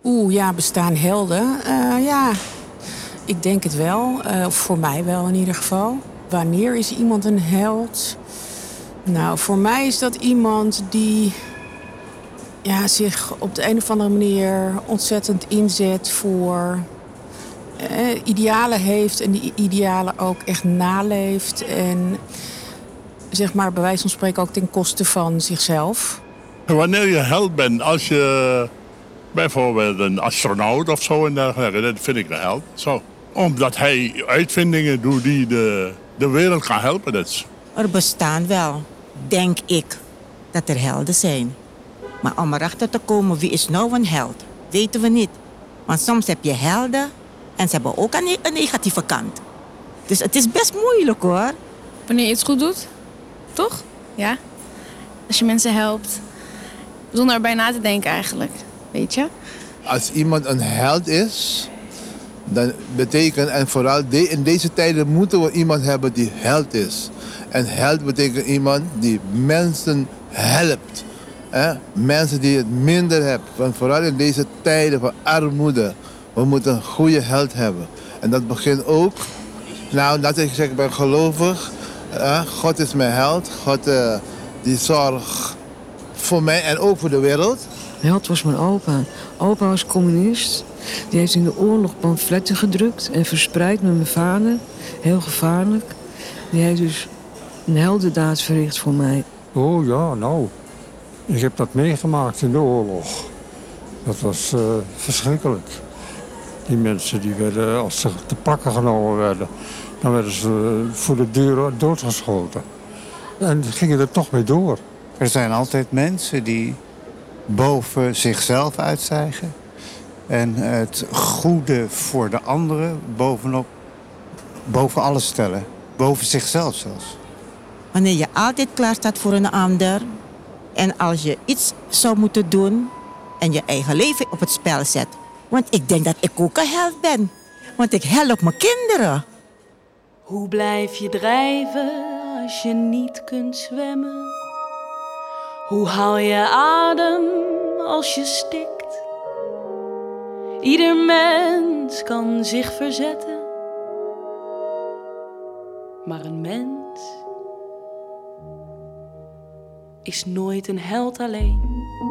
Ja, bestaan helden? Ja, ik denk het wel. Voor mij wel in ieder geval. Wanneer is iemand een held? Nou, voor mij is dat iemand die zich op de een of andere manier ontzettend inzet voor idealen heeft en die idealen ook echt naleeft. En zeg maar bij wijze van spreken ook ten koste van zichzelf. Wanneer je held bent, als je bijvoorbeeld een astronaut of zo en dergelijke, dat vind ik een held. Zo. Omdat hij uitvindingen doet die de wereld gaan helpen. Er bestaan wel, denk ik, dat er helden zijn. Maar om erachter te komen wie is nou een held, weten we niet. Want soms heb je helden en ze hebben ook een negatieve kant. Dus het is best moeilijk hoor. Wanneer je iets goed doet, toch? Ja. Als je mensen helpt, zonder erbij na te denken eigenlijk, weet je? Als iemand een held is, dan betekent, en vooral in deze tijden moeten we iemand hebben die held is. En held betekent iemand die mensen helpt. Mensen die het minder hebben. Want vooral in deze tijden van armoede, we moeten een goede held hebben. En dat begint ook, laat ik zeggen, ik ben gelovig. God is mijn held. God die zorgt voor mij en ook voor de wereld. Held was mijn opa. Opa was communist. Die heeft in de oorlog pamfletten gedrukt en verspreid met mijn vader. Heel gevaarlijk. Die heeft dus een heldendaad verricht voor mij. Oh ja, nou. Ik heb dat meegemaakt in de oorlog. Dat was verschrikkelijk. Die mensen die werden, als ze te pakken genomen werden, dan werden ze voor de deur doodgeschoten. En gingen er toch mee door. Er zijn altijd mensen die boven zichzelf uitstijgen. En het goede voor de anderen boven alles stellen. Boven zichzelf zelfs. Wanneer je altijd klaar staat voor een ander. En als je iets zou moeten doen en je eigen leven op het spel zet. Want ik denk dat ik ook een held ben. Want ik help mijn kinderen. Hoe blijf je drijven als je niet kunt zwemmen? Hoe haal je adem als je stikt? Ieder mens kan zich verzetten. Maar een mens is nooit een held alleen.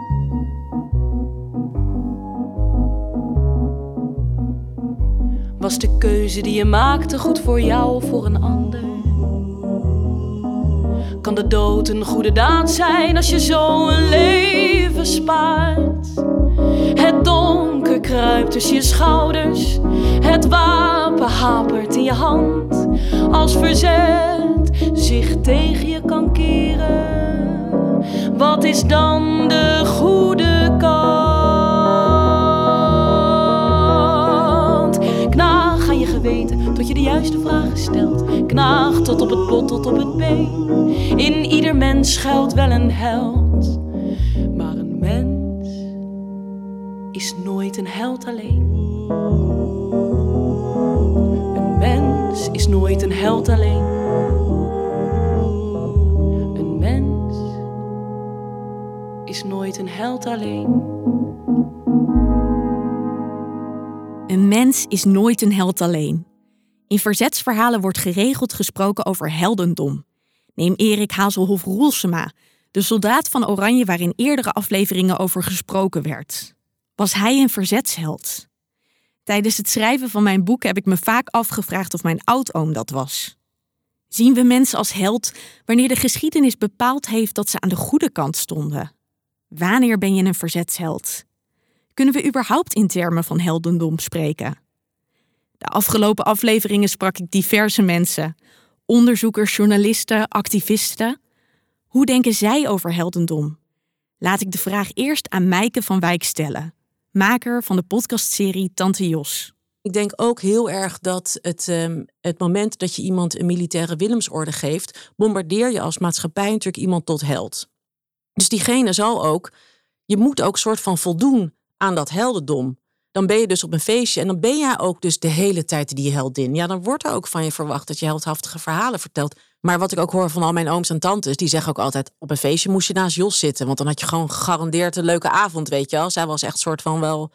Was de keuze die je maakte goed voor jou of voor een ander? Kan de dood een goede daad zijn als je zo een leven spaart? Het donker kruipt tussen je schouders, het wapen hapert in je hand. Als verzet zich tegen je kan keren, wat is dan de goede kant? Knaag aan je geweten tot je de juiste vragen stelt. Knaag tot op het bot, tot op het been. In ieder mens schuilt wel een held. Maar een mens is nooit een held alleen. Een mens is nooit een held alleen. Een mens is nooit een held alleen. Een mens is nooit een held alleen. In verzetsverhalen wordt geregeld gesproken over heldendom. Neem Erik Hazelhoff-Roelsema, de soldaat van Oranje waar in eerdere afleveringen over gesproken werd. Was hij een verzetsheld? Tijdens het schrijven van mijn boek heb ik me vaak afgevraagd of mijn oudoom dat was. Zien we mensen als held wanneer de geschiedenis bepaald heeft dat ze aan de goede kant stonden? Wanneer ben je een verzetsheld? Kunnen we überhaupt in termen van heldendom spreken? De afgelopen afleveringen sprak ik diverse mensen. Onderzoekers, journalisten, activisten. Hoe denken zij over heldendom? Laat ik de vraag eerst aan Mijke van Wijk stellen. Maker van de podcastserie Tante Jos. Ik denk ook heel erg dat het moment dat je iemand een militaire Willemsorde geeft, bombardeer je als maatschappij natuurlijk iemand tot held. Dus diegene zal ook, je moet ook soort van voldoen aan dat heldendom. Dan ben je dus op een feestje en dan ben jij ook dus de hele tijd die heldin. Ja, dan wordt er ook van je verwacht dat je heldhaftige verhalen vertelt. Maar wat ik ook hoor van al mijn ooms en tantes, die zeggen ook altijd, op een feestje moest je naast Jos zitten. Want dan had je gewoon gegarandeerd een leuke avond, weet je wel. Zij was echt soort van wel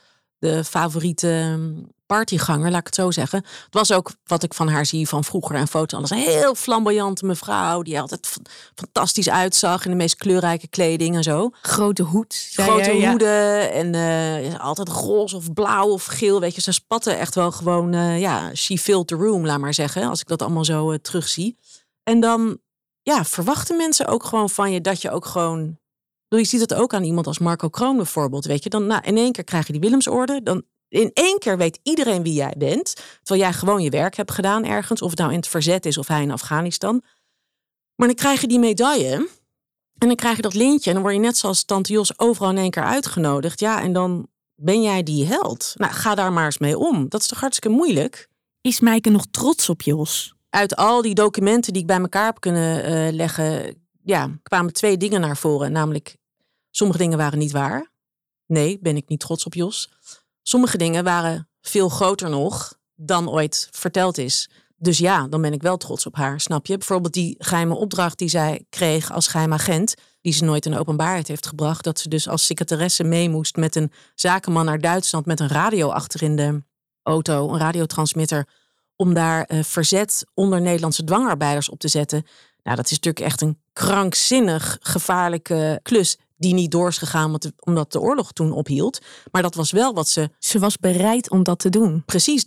de favoriete partyganger, laat ik het zo zeggen. Het was ook wat ik van haar zie van vroeger en foto's. Alles een heel flamboyante mevrouw die altijd fantastisch uitzag in de meest kleurrijke kleding en zo. Grote hoed. Grote hoeden en altijd roze of blauw of geel. Weet je, ze spatten echt wel gewoon, she filled the room, laat maar zeggen. Als ik dat allemaal zo terugzie. En dan verwachten mensen ook gewoon van je dat je ook gewoon... Je ziet het ook aan iemand als Marco Kroon bijvoorbeeld, weet je. Dan in één keer krijg je die Willemsorde. Dan in één keer weet iedereen wie jij bent. Terwijl jij gewoon je werk hebt gedaan ergens. Of het nou in het verzet is of hij in Afghanistan. Maar dan krijg je die medaille. En dan krijg je dat lintje. En dan word je net zoals Tante Jos overal in één keer uitgenodigd. Ja, en dan ben jij die held. Nou, ga daar maar eens mee om. Dat is toch hartstikke moeilijk? Is Maaike nog trots op Jos? Uit al die documenten die ik bij elkaar heb kunnen leggen... kwamen 2 dingen naar voren. Namelijk, sommige dingen waren niet waar. Nee, ben ik niet trots op Jos. Sommige dingen waren veel groter nog dan ooit verteld is. Dus ja, dan ben ik wel trots op haar, snap je? Bijvoorbeeld die geheime opdracht die zij kreeg als geheim agent... die ze nooit in de openbaarheid heeft gebracht. Dat ze dus als secretaresse mee moest met een zakenman naar Duitsland... met een radio achter in de auto, een radiotransmitter... om daar verzet onder Nederlandse dwangarbeiders op te zetten. Nou, dat is natuurlijk echt een krankzinnig gevaarlijke klus... die niet door is gegaan omdat de oorlog toen ophield. Maar dat was wel wat ze... Ze was bereid om dat te doen. Precies,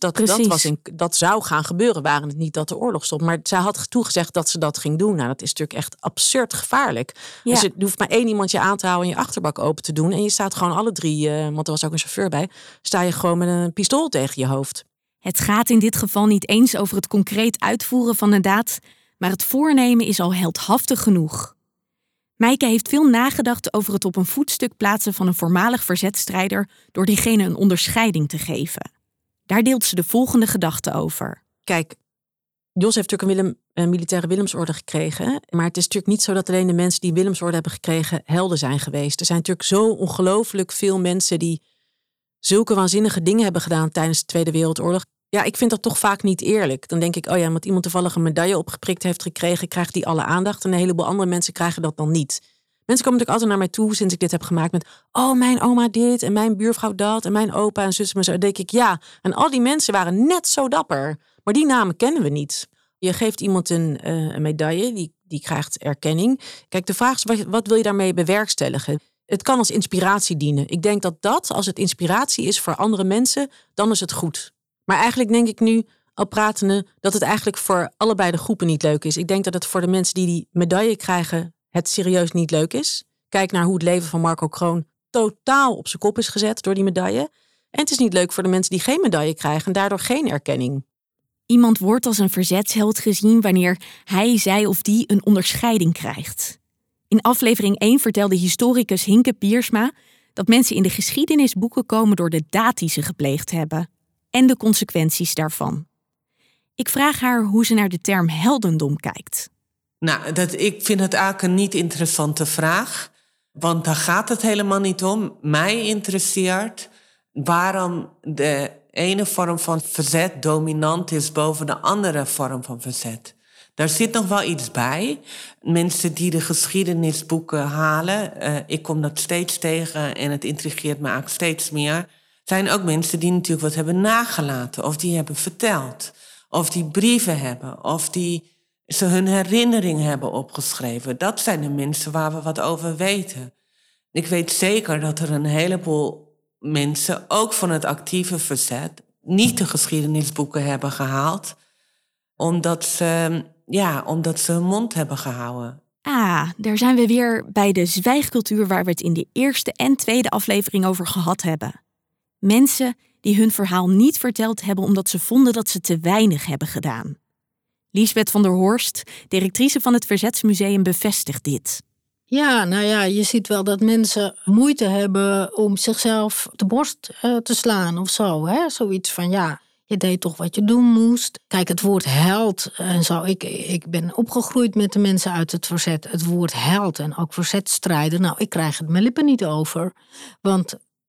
dat zou gaan gebeuren... waren het niet dat de oorlog stond. Maar zij had toegezegd dat ze dat ging doen. Nou, dat is natuurlijk echt absurd gevaarlijk. Ja. Dus er hoeft maar 1 iemand je aan te houden... en je achterbak open te doen. En je staat gewoon alle 3, want er was ook een chauffeur bij... sta je gewoon met een pistool tegen je hoofd. Het gaat in dit geval niet eens over het concreet uitvoeren van een daad... maar het voornemen is al heldhaftig genoeg. Maaike heeft veel nagedacht over het op een voetstuk plaatsen van een voormalig verzetstrijder... door diegene een onderscheiding te geven. Daar deelt ze de volgende gedachte over. Kijk, Jos heeft natuurlijk een militaire Willemsorde gekregen. Maar het is natuurlijk niet zo dat alleen de mensen die Willemsorde hebben gekregen... helden zijn geweest. Er zijn natuurlijk zo ongelooflijk veel mensen... die zulke waanzinnige dingen hebben gedaan tijdens de Tweede Wereldoorlog. Ja, ik vind dat toch vaak niet eerlijk. Dan denk ik, omdat iemand toevallig een medaille opgeprikt heeft gekregen... krijgt die alle aandacht en een heleboel andere mensen krijgen dat dan niet. Mensen komen natuurlijk altijd naar mij toe sinds ik dit heb gemaakt met... mijn oma dit en mijn buurvrouw dat en mijn opa en zus en zo. Dan denk ik, en al die mensen waren net zo dapper. Maar die namen kennen we niet. Je geeft iemand een medaille, die krijgt erkenning. Kijk, de vraag is, wat wil je daarmee bewerkstelligen? Het kan als inspiratie dienen. Ik denk dat als het inspiratie is voor andere mensen, dan is het goed. Maar eigenlijk denk ik nu, al pratende, dat het eigenlijk voor allebei de groepen niet leuk is. Ik denk dat het voor de mensen die medaille krijgen, het serieus niet leuk is. Kijk naar hoe het leven van Marco Kroon totaal op zijn kop is gezet door die medaille. En het is niet leuk voor de mensen die geen medaille krijgen en daardoor geen erkenning. Iemand wordt als een verzetsheld gezien wanneer hij, zij of die een onderscheiding krijgt. In aflevering 1 vertelde historicus Hinke Piersma dat mensen in de geschiedenisboeken komen door de daad die ze gepleegd hebben. En de consequenties daarvan. Ik vraag haar hoe ze naar de term heldendom kijkt. Nou, ik vind het eigenlijk een niet interessante vraag. Want daar gaat het helemaal niet om. Mij interesseert waarom de ene vorm van verzet dominant is boven de andere vorm van verzet. Daar zit nog wel iets bij. Mensen die de geschiedenisboeken halen, ik kom dat steeds tegen en het intrigeert me eigenlijk steeds meer, zijn ook mensen die natuurlijk wat hebben nagelaten of die hebben verteld. Of die brieven hebben, of die ze hun herinnering hebben opgeschreven. Dat zijn de mensen waar we wat over weten. Ik weet zeker dat er een heleboel mensen, ook van het actieve verzet, niet de geschiedenisboeken hebben gehaald, omdat ze hun mond hebben gehouden. Daar zijn we weer bij de zwijgcultuur waar we het in de eerste en tweede aflevering over gehad hebben. Mensen die hun verhaal niet verteld hebben omdat ze vonden dat ze te weinig hebben gedaan. Liesbeth van der Horst, directrice van het Verzetsmuseum, bevestigt dit. Ja, je ziet wel dat mensen moeite hebben om zichzelf de borst te slaan of zo. Hè? Zoiets van, je deed toch wat je doen moest. Kijk, het woord held en zo. Ik ben opgegroeid met de mensen uit het verzet. Het woord held en ook verzetstrijder. Ik krijg het mijn lippen niet over. Want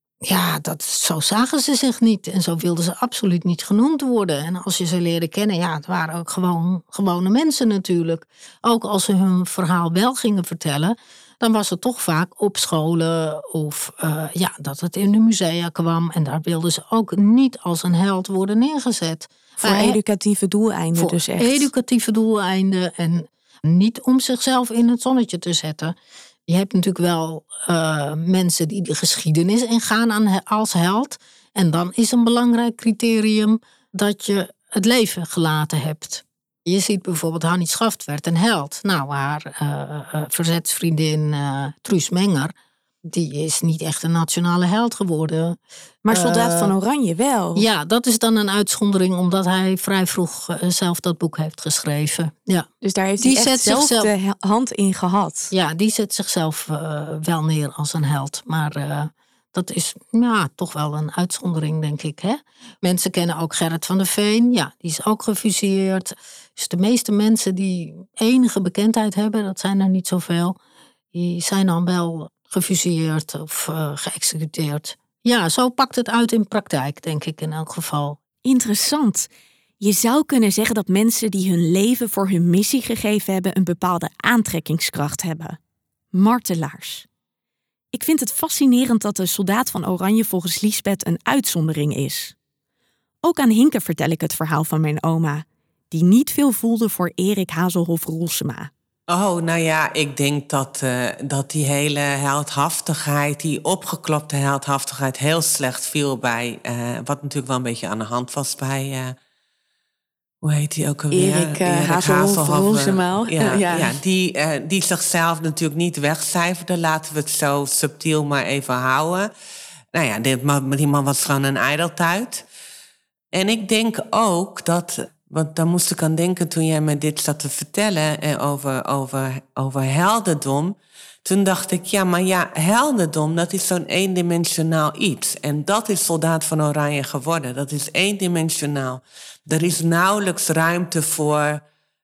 zo zagen ze zich niet. En zo wilden ze absoluut niet genoemd worden. En als je ze leerde kennen, het waren ook gewone mensen natuurlijk. Ook als ze hun verhaal wel gingen vertellen, dan was het toch vaak op scholen of dat het in de musea kwam. En daar wilden ze ook niet als een held worden neergezet. Voor educatieve doeleinden voor dus echt. Educatieve doeleinden en niet om zichzelf in het zonnetje te zetten. Je hebt natuurlijk wel mensen die de geschiedenis ingaan als held. En dan is een belangrijk criterium dat je het leven gelaten hebt. Je ziet bijvoorbeeld Hannie Schaft werd een held. Nou, haar verzetsvriendin Truus Menger, die is niet echt een nationale held geworden. Maar Soldaat van Oranje wel. Ja, dat is dan een uitzondering, omdat hij vrij vroeg zelf dat boek heeft geschreven. Ja. Dus daar heeft hij echt zelf de hand in gehad. Ja, die zet zichzelf wel neer als een held. Maar dat is toch wel een uitzondering, denk ik. Hè? Mensen kennen ook Gerrit van der Veen. Ja, die is ook gefusilleerd. Dus de meeste mensen die enige bekendheid hebben, dat zijn er niet zoveel, die zijn dan wel gefusilleerd of geëxecuteerd. Ja, zo pakt het uit in praktijk, denk ik in elk geval. Interessant. Je zou kunnen zeggen dat mensen die hun leven voor hun missie gegeven hebben een bepaalde aantrekkingskracht hebben. Martelaars. Ik vind het fascinerend dat de Soldaat van Oranje volgens Liesbeth een uitzondering is. Ook aan Hinke vertel ik het verhaal van mijn oma, die niet veel voelde voor Erik Hazelhoff-Roelsema. Oh, nou ja, ik denk dat die hele heldhaftigheid, die opgeklopte heldhaftigheid, heel slecht viel bij, wat natuurlijk wel een beetje aan de hand was bij, hoe heet die ook alweer? Erik Hazelhoff-Roelsema. Die zichzelf natuurlijk niet wegcijferde. Laten we het zo subtiel maar even houden. Nou ja, die man was gewoon een ijdeltuit. En ik denk ook dat, want daar moest ik aan denken toen jij me dit zat te vertellen over heldendom. Toen dacht ik, heldendom, dat is zo'n eendimensionaal iets. En dat is Soldaat van Oranje geworden. Dat is eendimensionaal. Er is nauwelijks ruimte voor,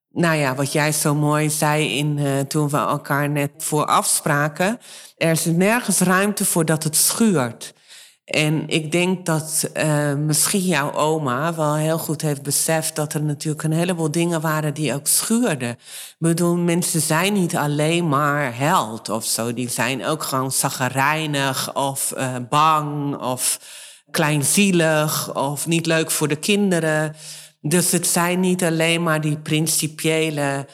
wat jij zo mooi zei toen we elkaar net voor afspraken. Er is nergens ruimte voor dat het schuurt. En ik denk dat misschien jouw oma wel heel goed heeft beseft dat er natuurlijk een heleboel dingen waren die ook schuurden. Ik bedoel, mensen zijn niet alleen maar held of zo. Die zijn ook gewoon chagrijnig of bang of kleinzielig of niet leuk voor de kinderen. Dus het zijn niet alleen maar die principiële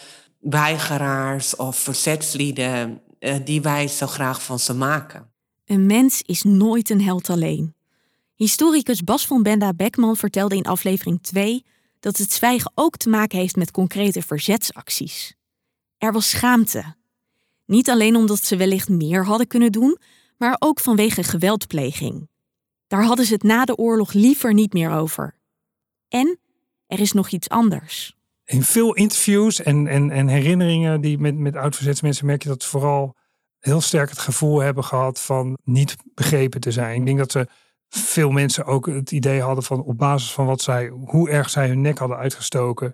weigeraars of verzetslieden die wij zo graag van ze maken. Een mens is nooit een held alleen. Historicus Bas van Benda-Beckman vertelde in aflevering 2 dat het zwijgen ook te maken heeft met concrete verzetsacties. Er was schaamte. Niet alleen omdat ze wellicht meer hadden kunnen doen, maar ook vanwege geweldpleging. Daar hadden ze het na de oorlog liever niet meer over. En er is nog iets anders. In veel interviews en herinneringen die met oud-verzetsmensen merk je dat ze vooral heel sterk het gevoel hebben gehad van niet begrepen te zijn. Ik denk dat veel mensen ook het idee hadden van op basis van hoe erg zij hun nek hadden uitgestoken,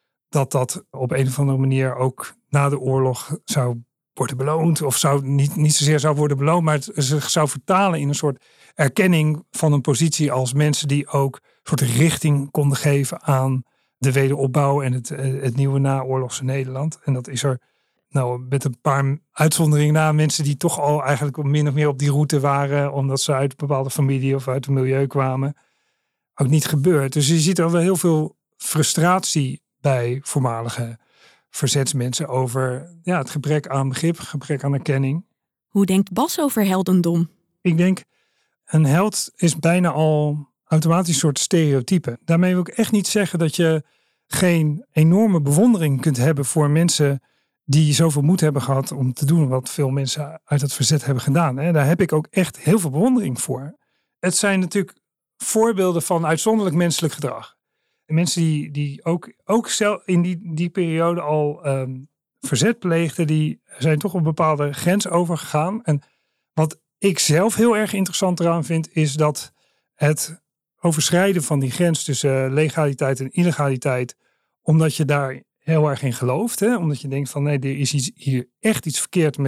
dat op een of andere manier ook na de oorlog zou worden beloond. Of niet zozeer zou worden beloond, maar het zich zou vertalen in een soort erkenning van een positie als mensen die ook een soort richting konden geven aan de wederopbouw en het nieuwe naoorlogse Nederland. En dat is er met een paar uitzonderingen na, mensen die toch al eigenlijk min of meer op die route waren, omdat ze uit een bepaalde familie of uit het milieu kwamen, ook niet gebeurd. Dus je ziet er wel heel veel frustratie bij voormalige verzetsmensen over het gebrek aan begrip, gebrek aan erkenning. Hoe denkt Bas over heldendom? Ik denk, een held is bijna al automatisch een soort stereotype. Daarmee wil ik echt niet zeggen dat je geen enorme bewondering kunt hebben voor mensen die zoveel moed hebben gehad om te doen wat veel mensen uit het verzet hebben gedaan. Daar heb ik ook echt heel veel bewondering voor. Het zijn natuurlijk voorbeelden van uitzonderlijk menselijk gedrag. Mensen die ook in die periode al verzet pleegden, die zijn toch een bepaalde grens overgegaan. En wat ik zelf heel erg interessant eraan vind, is dat het overschrijden van die grens tussen legaliteit en illegaliteit, omdat je daar heel erg in gelooft, omdat je denkt van nee, er is hier echt iets verkeerd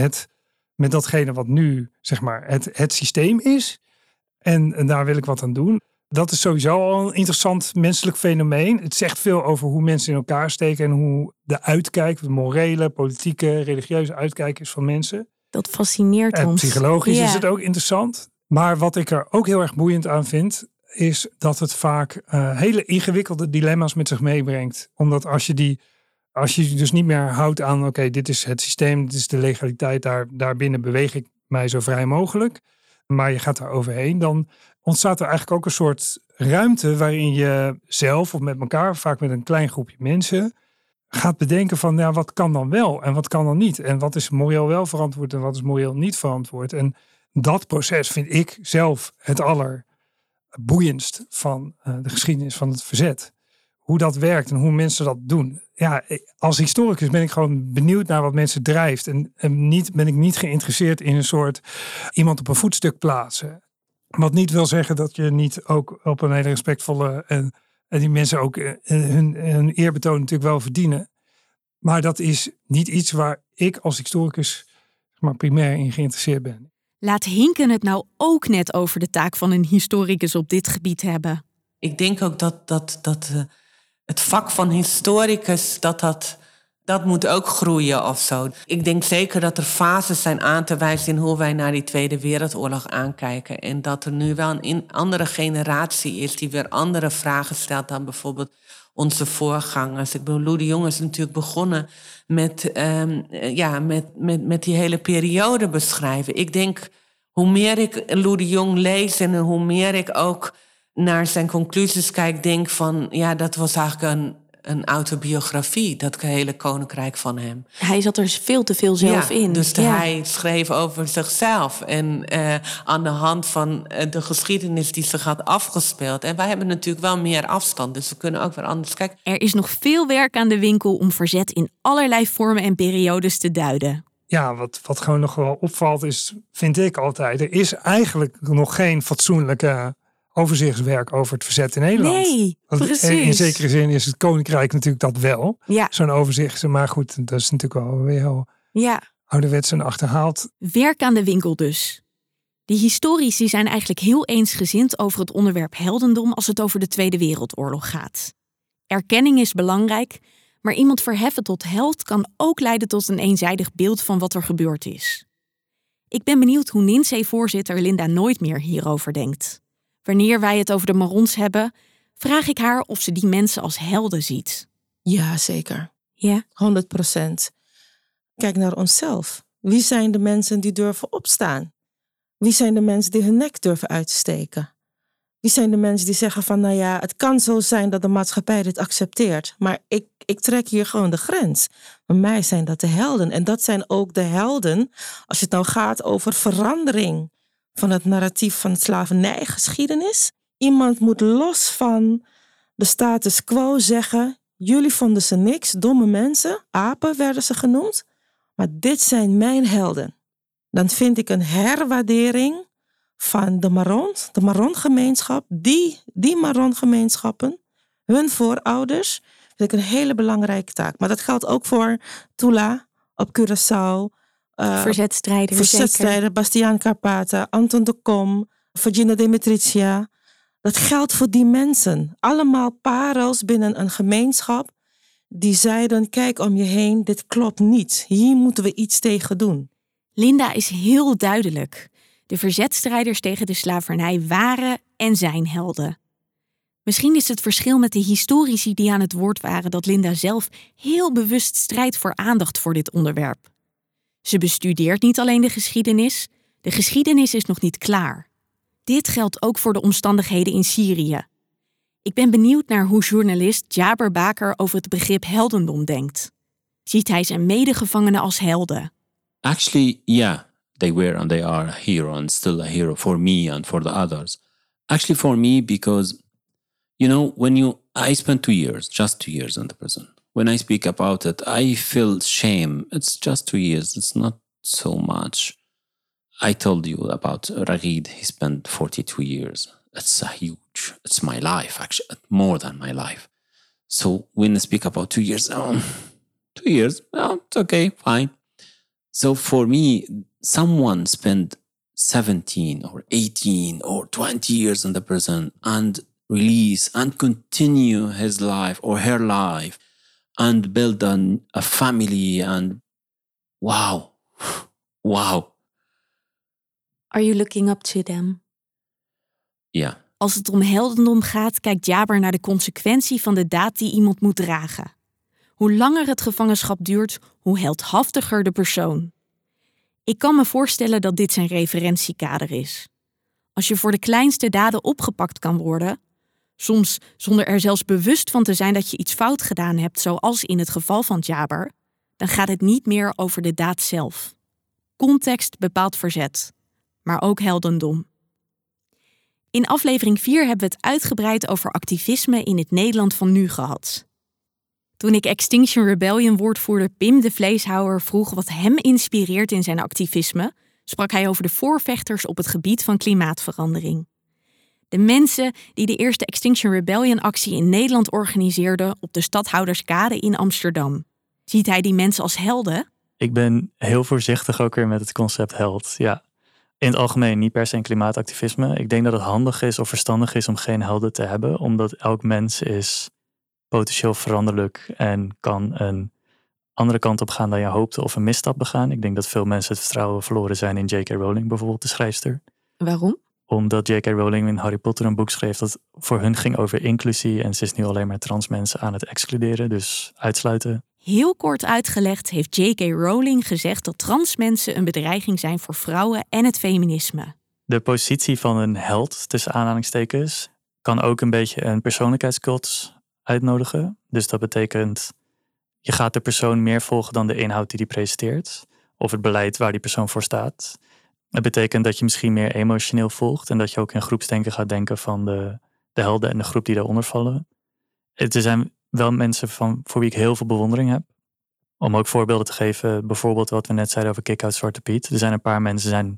met datgene wat nu zeg maar het systeem is. En daar wil ik wat aan doen. Dat is sowieso al een interessant menselijk fenomeen. Het zegt veel over hoe mensen in elkaar steken en hoe de uitkijk, de morele, politieke, religieuze uitkijk is van mensen. Dat fascineert ons. Psychologisch is het ook interessant. Maar wat ik er ook heel erg boeiend aan vind, is dat het vaak hele ingewikkelde dilemma's met zich meebrengt. Omdat als je dus niet meer houdt aan, oké, dit is het systeem, dit is de legaliteit, daarbinnen beweeg ik mij zo vrij mogelijk. Maar je gaat daar overheen, dan ontstaat er eigenlijk ook een soort ruimte waarin je zelf of met elkaar, vaak met een klein groepje mensen, gaat bedenken van, ja, wat kan dan wel en wat kan dan niet? En wat is moreel wel verantwoord en wat is moreel niet verantwoord? En dat proces vind ik zelf het allerboeiendst van de geschiedenis van het verzet. Hoe dat werkt en hoe mensen dat doen. Ja, als historicus ben ik gewoon benieuwd naar wat mensen drijft. En ben ik niet geïnteresseerd in een soort iemand op een voetstuk plaatsen. Wat niet wil zeggen dat je niet ook op een hele respectvolle en die mensen ook hun eerbetoon natuurlijk wel verdienen. Maar dat is niet iets waar ik als historicus primair in geïnteresseerd ben. Laat Hinken het nou ook net over de taak van een historicus op dit gebied hebben. Ik denk ook dat het vak van historicus, dat moet ook groeien of zo. Ik denk zeker dat er fases zijn aan te wijzen in hoe wij naar die Tweede Wereldoorlog aankijken. En dat er nu wel een andere generatie is die weer andere vragen stelt dan bijvoorbeeld onze voorgangers. Ik bedoel, Lou de Jong is natuurlijk begonnen met die hele periode beschrijven. Ik denk, hoe meer ik Lou de Jong lees en hoe meer ik ook naar zijn conclusies kijk, denk van, ja, dat was eigenlijk een autobiografie, dat hele koninkrijk van hem. Hij zat er veel te veel zelf in. Dus hij schreef over zichzelf en aan de hand van de geschiedenis die zich had afgespeeld. En wij hebben natuurlijk wel meer afstand, dus we kunnen ook weer anders kijken. Er is nog veel werk aan de winkel om verzet in allerlei vormen en periodes te duiden. Ja, wat gewoon nog wel opvalt is, vind ik altijd, er is eigenlijk nog geen fatsoenlijke overzichtswerk over het verzet in Nederland. Nee, precies. In zekere zin is het Koninkrijk natuurlijk dat wel. Ja. Zo'n overzicht. Maar goed, dat is natuurlijk wel weer heel ouderwets en achterhaald. Werk aan de winkel dus. Die historici zijn eigenlijk heel eensgezind over het onderwerp heldendom als het over de Tweede Wereldoorlog gaat. Erkenning is belangrijk, maar iemand verheffen tot held kan ook leiden tot een eenzijdig beeld van wat er gebeurd is. Ik ben benieuwd hoe NINSE-voorzitter Linda Nooitmeer hierover denkt. Wanneer wij het over de Marrons hebben, vraag ik haar of ze die mensen als helden ziet. Ja, zeker. Ja? 100%. Kijk naar onszelf. Wie zijn de mensen die durven opstaan? Wie zijn de mensen die hun nek durven uitsteken? Wie zijn de mensen die zeggen van, nou ja, het kan zo zijn dat de maatschappij dit accepteert. Maar ik trek hier gewoon de grens. Voor mij zijn dat de helden. En dat zijn ook de helden als het nou gaat over verandering van het narratief van het slavernijgeschiedenis. Iemand moet los van de status quo zeggen, jullie vonden ze niks, domme mensen, apen werden ze genoemd, maar dit zijn mijn helden. Dan vind ik een herwaardering van de Marron-gemeenschap, die Marron-gemeenschappen, hun voorouders, vind ik een hele belangrijke taak. Maar dat geldt ook voor Tula op Curaçao, verzetstrijder, Bastiaan Karpata, Anton de Kom, Virginia Demetricia. Dat geldt voor die mensen. Allemaal parels binnen een gemeenschap die zeiden, kijk om je heen, dit klopt niet. Hier moeten we iets tegen doen. Linda is heel duidelijk. De verzetstrijders tegen de slavernij waren en zijn helden. Misschien is het verschil met de historici die aan het woord waren dat Linda zelf heel bewust strijdt voor aandacht voor dit onderwerp. Ze bestudeert niet alleen de geschiedenis is nog niet klaar. Dit geldt ook voor de omstandigheden in Syrië. Ik ben benieuwd naar hoe journalist Jaber Baker over het begrip heldendom denkt. Ziet hij zijn medegevangenen als helden? Actually, yeah, they were and they are a hero and still a hero for me and for the others. Actually for me because, I spent 2 years, just 2 years in the prison. When I speak about it, I feel shame. It's just 2 years. It's not so much. I told you about Ragid. He spent 42 years. It's my life, actually, more than my life. So when I speak about 2 years, 2 years, it's okay, fine. So for me, someone spent 17 or 18 or 20 years in the prison and release and continue his life or her life and build a family and wow. Are you looking up to them? Ja. Als het om heldendom gaat, kijkt Jaber naar de consequentie van de daad die iemand moet dragen. Hoe langer het gevangenschap duurt, hoe heldhaftiger de persoon. Ik kan me voorstellen dat dit zijn referentiekader is. Als je voor de kleinste daden opgepakt kan worden, soms zonder er zelfs bewust van te zijn dat je iets fout gedaan hebt, zoals in het geval van Jaber, dan gaat het niet meer over de daad zelf. Context bepaalt verzet, maar ook heldendom. In aflevering 4 hebben we het uitgebreid over activisme in het Nederland van nu gehad. Toen ik Extinction Rebellion woordvoerder Pim de Vleeshouwer vroeg wat hem inspireert in zijn activisme, sprak hij over de voorvechters op het gebied van klimaatverandering. De mensen die de eerste Extinction Rebellion-actie in Nederland organiseerden op de Stadhouderskade in Amsterdam. Ziet hij die mensen als helden? Ik ben heel voorzichtig ook weer met het concept held, ja. In het algemeen niet per se in klimaatactivisme. Ik denk dat het handig is of verstandig is om geen helden te hebben, omdat elk mens is potentieel veranderlijk en kan een andere kant op gaan dan je hoopte of een misstap begaan. Ik denk dat veel mensen het vertrouwen verloren zijn in J.K. Rowling, bijvoorbeeld de schrijfster. Waarom? Omdat J.K. Rowling in Harry Potter een boek schreef dat voor hun ging over inclusie en ze is nu alleen maar trans mensen aan het excluderen, dus uitsluiten. Heel kort uitgelegd heeft J.K. Rowling gezegd dat trans mensen een bedreiging zijn voor vrouwen en het feminisme. De positie van een held, tussen aanhalingstekens, kan ook een beetje een persoonlijkheidscult uitnodigen. Dus dat betekent, je gaat de persoon meer volgen dan de inhoud die die presenteert. Of het beleid waar die persoon voor staat. Het betekent dat je misschien meer emotioneel volgt en dat je ook in groepsdenken gaat denken van de helden en de groep die daaronder vallen. Er zijn wel mensen voor wie ik heel veel bewondering heb. Om ook voorbeelden te geven, bijvoorbeeld wat we net zeiden over Kick-Out Zwarte Piet. Er zijn een paar mensen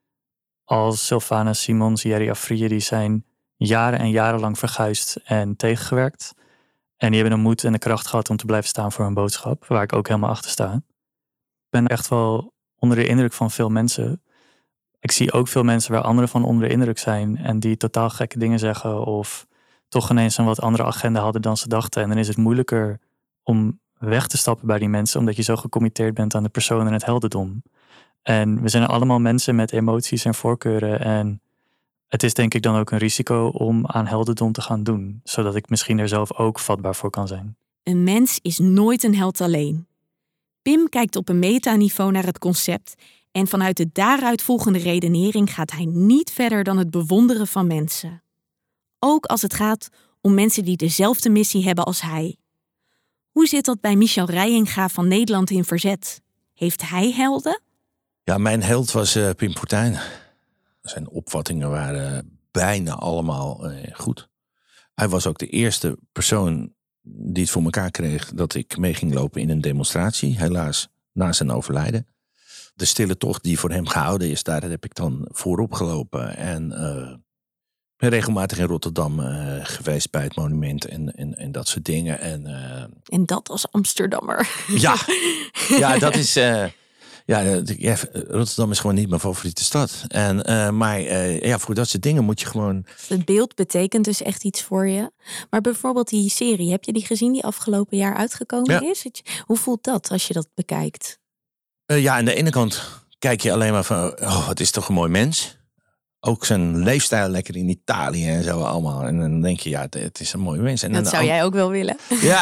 als Sylvana Simons, Jerry Afrije, die zijn jaren en jarenlang verguisd en tegengewerkt. En die hebben de moed en de kracht gehad om te blijven staan voor hun boodschap, waar ik ook helemaal achter sta. Ik ben echt wel onder de indruk van veel mensen. Ik zie ook veel mensen waar anderen van onder de indruk zijn en die totaal gekke dingen zeggen of toch ineens een wat andere agenda hadden dan ze dachten. En dan is het moeilijker om weg te stappen bij die mensen, omdat je zo gecommitteerd bent aan de persoon en het heldendom. En we zijn allemaal mensen met emoties en voorkeuren. En het is denk ik dan ook een risico om aan heldendom te gaan doen, zodat ik misschien er zelf ook vatbaar voor kan zijn. Een mens is nooit een held alleen. Pim kijkt op een metaniveau naar het concept en vanuit de daaruit volgende redenering gaat hij niet verder dan het bewonderen van mensen. Ook als het gaat om mensen die dezelfde missie hebben als hij. Hoe zit dat bij Michel Reijinga van Nederland in Verzet? Heeft hij helden? Ja, mijn held was Pim Fortuyn. Zijn opvattingen waren bijna allemaal goed. Hij was ook de eerste persoon die het voor elkaar kreeg dat ik mee ging lopen in een demonstratie. Helaas na zijn overlijden. De stille tocht die voor hem gehouden is, daar heb ik dan voorop gelopen. En ben regelmatig in Rotterdam geweest bij het monument en dat soort dingen. En dat als Amsterdammer. Ja, dat is... Rotterdam is gewoon niet mijn favoriete stad. Maar voor dat soort dingen moet je gewoon... Het beeld betekent dus echt iets voor je. Maar bijvoorbeeld die serie, heb je die gezien die afgelopen jaar uitgekomen is? Hoe voelt dat als je dat bekijkt? Aan de ene kant kijk je alleen maar van... het is toch een mooi mens. Ook zijn leefstijl lekker in Italië en zo allemaal. En dan denk je, het is een mooi mens. En dat zou jij ook wel willen.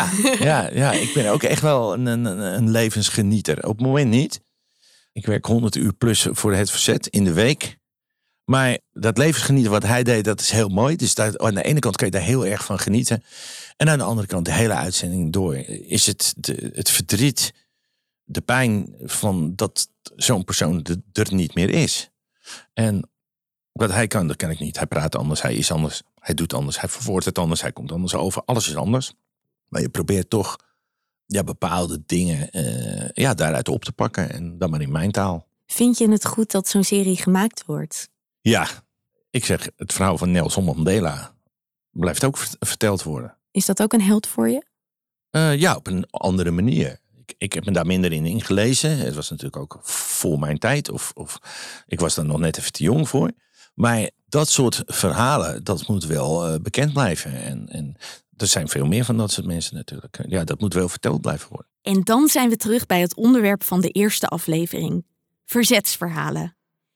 Ja, ik ben ook echt wel een levensgenieter. Op het moment niet. Ik werk 100 uur plus voor het Verzet in de week. Maar dat levensgenieten wat hij deed, dat is heel mooi. Dus aan de ene kant kan je daar heel erg van genieten. En aan de andere kant, de hele uitzending door, is het verdriet, de pijn van dat zo'n persoon er niet meer is. En wat hij kan, dat kan ik niet. Hij praat anders, hij is anders, hij doet anders, hij verwoordt het anders, hij komt anders over. Alles is anders. Maar je probeert toch bepaalde dingen daaruit op te pakken. En dan maar in mijn taal. Vind je het goed dat zo'n serie gemaakt wordt? Ja, ik zeg, het verhaal van Nelson Mandela blijft ook verteld worden. Is dat ook een held voor je? Op een andere manier. Ik heb me daar minder in ingelezen. Het was natuurlijk ook voor mijn tijd. Of ik was daar nog net even te jong voor. Maar dat soort verhalen, dat moet wel bekend blijven. En er zijn veel meer van dat soort mensen natuurlijk. Ja, dat moet wel verteld blijven worden. En dan zijn we terug bij het onderwerp van de eerste aflevering. Verzetsverhalen.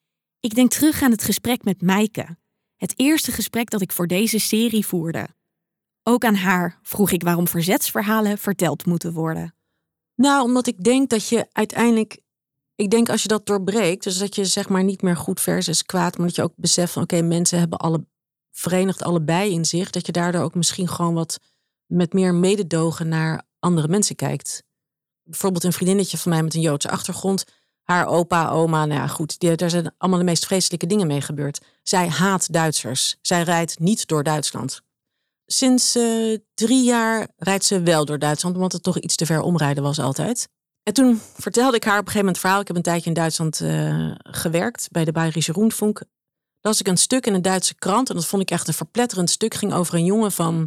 Ik denk terug aan het gesprek met Maaike. Het eerste gesprek dat ik voor deze serie voerde. Ook aan haar vroeg ik waarom verzetsverhalen verteld moeten worden. Nou, omdat ik denk dat je uiteindelijk... Ik denk als je dat doorbreekt, dus dat je zeg maar niet meer goed versus kwaad, maar dat je ook beseft van oké, mensen hebben verenigd allebei in zich, dat je daardoor ook misschien gewoon wat met meer mededogen naar andere mensen kijkt. Bijvoorbeeld een vriendinnetje van mij met een Joodse achtergrond, haar opa, oma, nou ja goed, daar zijn allemaal de meest vreselijke dingen mee gebeurd. Zij haat Duitsers. Zij rijdt niet door Duitsland. Sinds 3 jaar rijdt ze wel door Duitsland, omdat het toch iets te ver omrijden was altijd. En toen vertelde ik haar op een gegeven moment het verhaal. Ik heb een tijdje in Duitsland gewerkt bij de Bayerische Rundfunk. Las ik een stuk in een Duitse krant en dat vond ik echt een verpletterend stuk. Ging over een jongen van,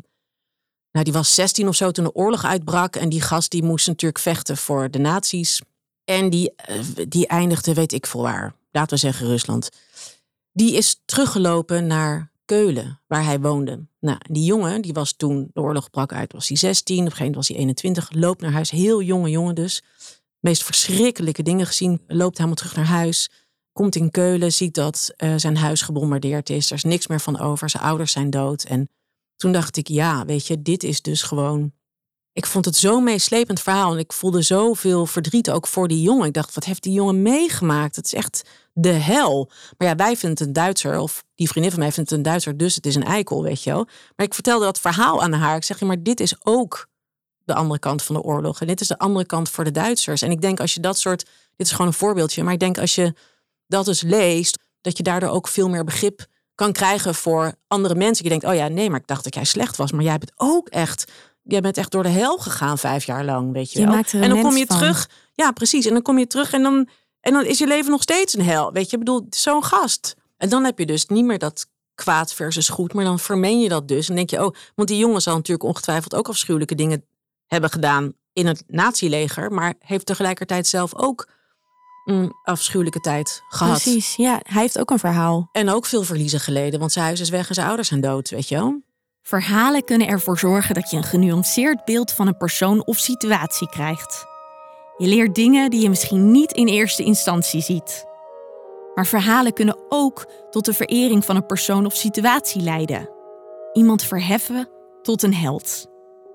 die was 16 of zo toen de oorlog uitbrak. En die gast die moest natuurlijk vechten voor de nazi's. En die eindigde, weet ik veel waar, laten we zeggen Rusland. Die is teruggelopen naar Keulen, waar hij woonde. Nou, die jongen, die was toen de oorlog brak uit, was hij 16, op een gegeven moment was hij 21. Loopt naar huis, heel jonge jongen dus. Meest verschrikkelijke dingen gezien. Loopt helemaal terug naar huis. Komt in Keulen, ziet dat zijn huis gebombardeerd is. Er is niks meer van over, zijn ouders zijn dood. En toen dacht ik, ja, weet je, dit is dus gewoon... Ik vond het zo'n meeslepend verhaal en ik voelde zoveel verdriet ook voor die jongen. Ik dacht, wat heeft die jongen meegemaakt? Het is echt de hel. Maar ja, wij vinden het een Duitser, of die vriendin van mij vindt het een Duitser, dus het is een eikel, weet je wel. Maar ik vertelde dat verhaal aan haar. Ik zeg, maar dit is ook de andere kant van de oorlog. En dit is de andere kant voor de Duitsers. En ik denk als je dat soort, dit is gewoon een voorbeeldje, maar ik denk als je dat dus leest, dat je daardoor ook veel meer begrip kan krijgen voor andere mensen. Je denkt, oh ja, nee, maar ik dacht dat jij slecht was. Maar jij bent ook echt... Jij bent echt door de hel gegaan 5 jaar lang, weet je wel. En dan kom je terug. Ja, precies. En dan kom je terug en dan is je leven nog steeds een hel. Weet je, ik bedoel, zo'n gast. En dan heb je dus niet meer dat kwaad versus goed, maar dan vermeen je dat dus. En denk je, oh, want die jongen zal natuurlijk ongetwijfeld ook afschuwelijke dingen hebben gedaan in het nazileger, maar heeft tegelijkertijd zelf ook een afschuwelijke tijd gehad. Precies, ja. Hij heeft ook een verhaal. En ook veel verliezen geleden, want zijn huis is weg en zijn ouders zijn dood, weet je wel. Verhalen kunnen ervoor zorgen dat je een genuanceerd beeld van een persoon of situatie krijgt. Je leert dingen die je misschien niet in eerste instantie ziet. Maar verhalen kunnen ook tot de verering van een persoon of situatie leiden. Iemand verheffen tot een held.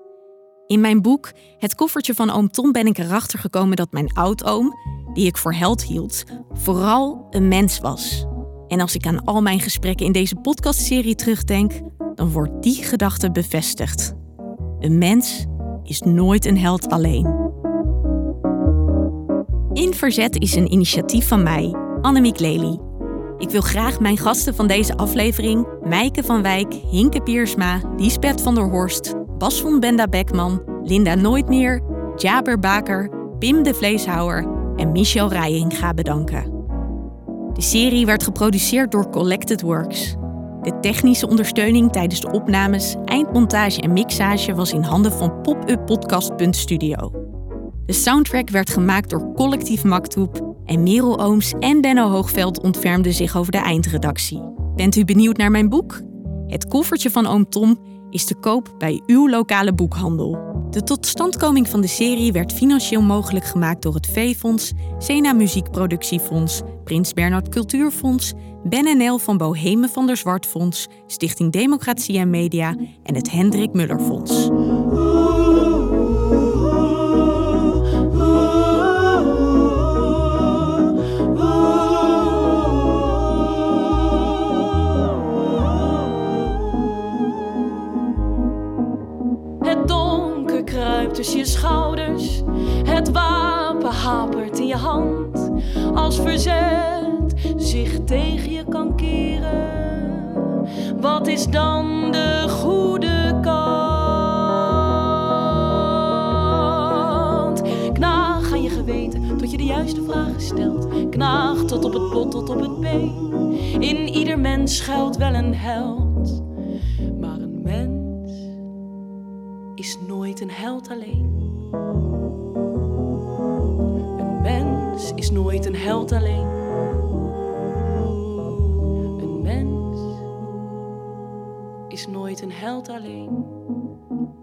In mijn boek Het koffertje van oom Tom ben ik erachter gekomen dat mijn oudoom, die ik voor held hield, vooral een mens was. En als ik aan al mijn gesprekken in deze podcastserie terugdenk, dan wordt die gedachte bevestigd. Een mens is nooit een held alleen. In Verzet is een initiatief van mij, Annemiek Lely. Ik wil graag mijn gasten van deze aflevering, Maaike van Wijk, Hinke Piersma, Liesbeth van der Horst, Bas van Benda Beckman, Linda Nooitmeer, Jaber Baker, Pim de Vleeshouwer en Michel Rijinga bedanken. De serie werd geproduceerd door Collected Works. De technische ondersteuning tijdens de opnames, eindmontage en mixage was in handen van popuppodcast.studio. De soundtrack werd gemaakt door Collectief Maktoep en Merel Ooms en Benno Hoogveld ontfermden zich over de eindredactie. Bent u benieuwd naar mijn boek? Het koffertje van oom Tom is te koop bij uw lokale boekhandel. De totstandkoming van de serie werd financieel mogelijk gemaakt door het V-Fonds, Sena Muziekproductiefonds, Prins Bernhard Cultuurfonds, BNNL van Bohemen van der Zwartfonds, Stichting Democratie en Media en het Hendrik Muller Fonds. Het donker kruipt tussen je schouders, het wapen hapert in je hand. Als verzet zich tegen je kan keren, wat is dan de goede kant? Knaag aan je geweten tot je de juiste vragen stelt. Knaag tot op het bot, tot op het been. In ieder mens schuilt wel een held, maar een mens is nooit een held alleen. mens is nooit een held alleen. Een mens is nooit een held alleen.